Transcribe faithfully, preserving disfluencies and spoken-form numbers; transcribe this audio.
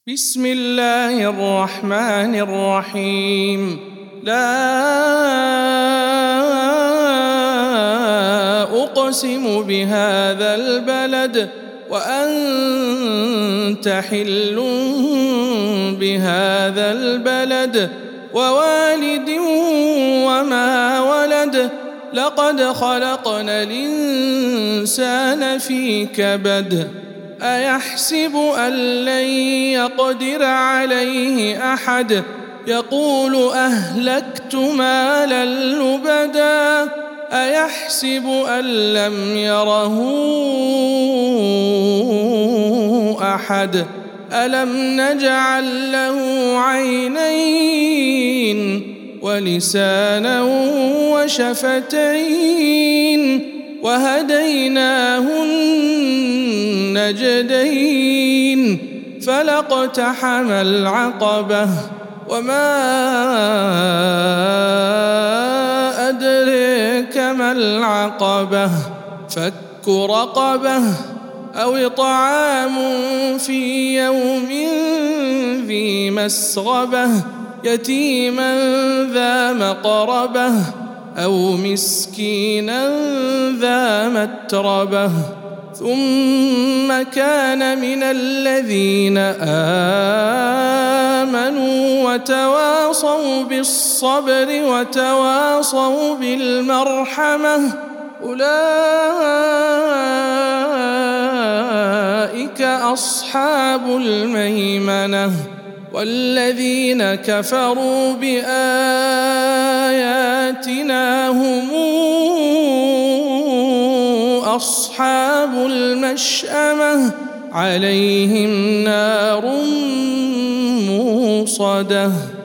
بسم الله الرحمن الرحيم. لا أقسم بهذا البلد وأنت حل بهذا البلد ووالد وما ولد لقد خلقنا الإنسان في كبد أيحسب أن لن يقدر عليه أحد يقول أهلكت مالا لبدا أيحسب أن لم يره أحد ألم نجعل له عينين ولسانا وشفتين وهديناه النجدين فلاقتحم العقبة وما أدريك ما العقبة فك رقبة أو إطعام في يوم ذي مسغبة يتيما ذا مقربة أو مسكينا ذا متربة ثم كان من الذين آمنوا وتواصوا بالصبر وتواصوا بالمرحمة أولئك أصحاب الميمنة والذين كفروا بآياتنا هم أصحاب المشأمة عليهم نار موصدة.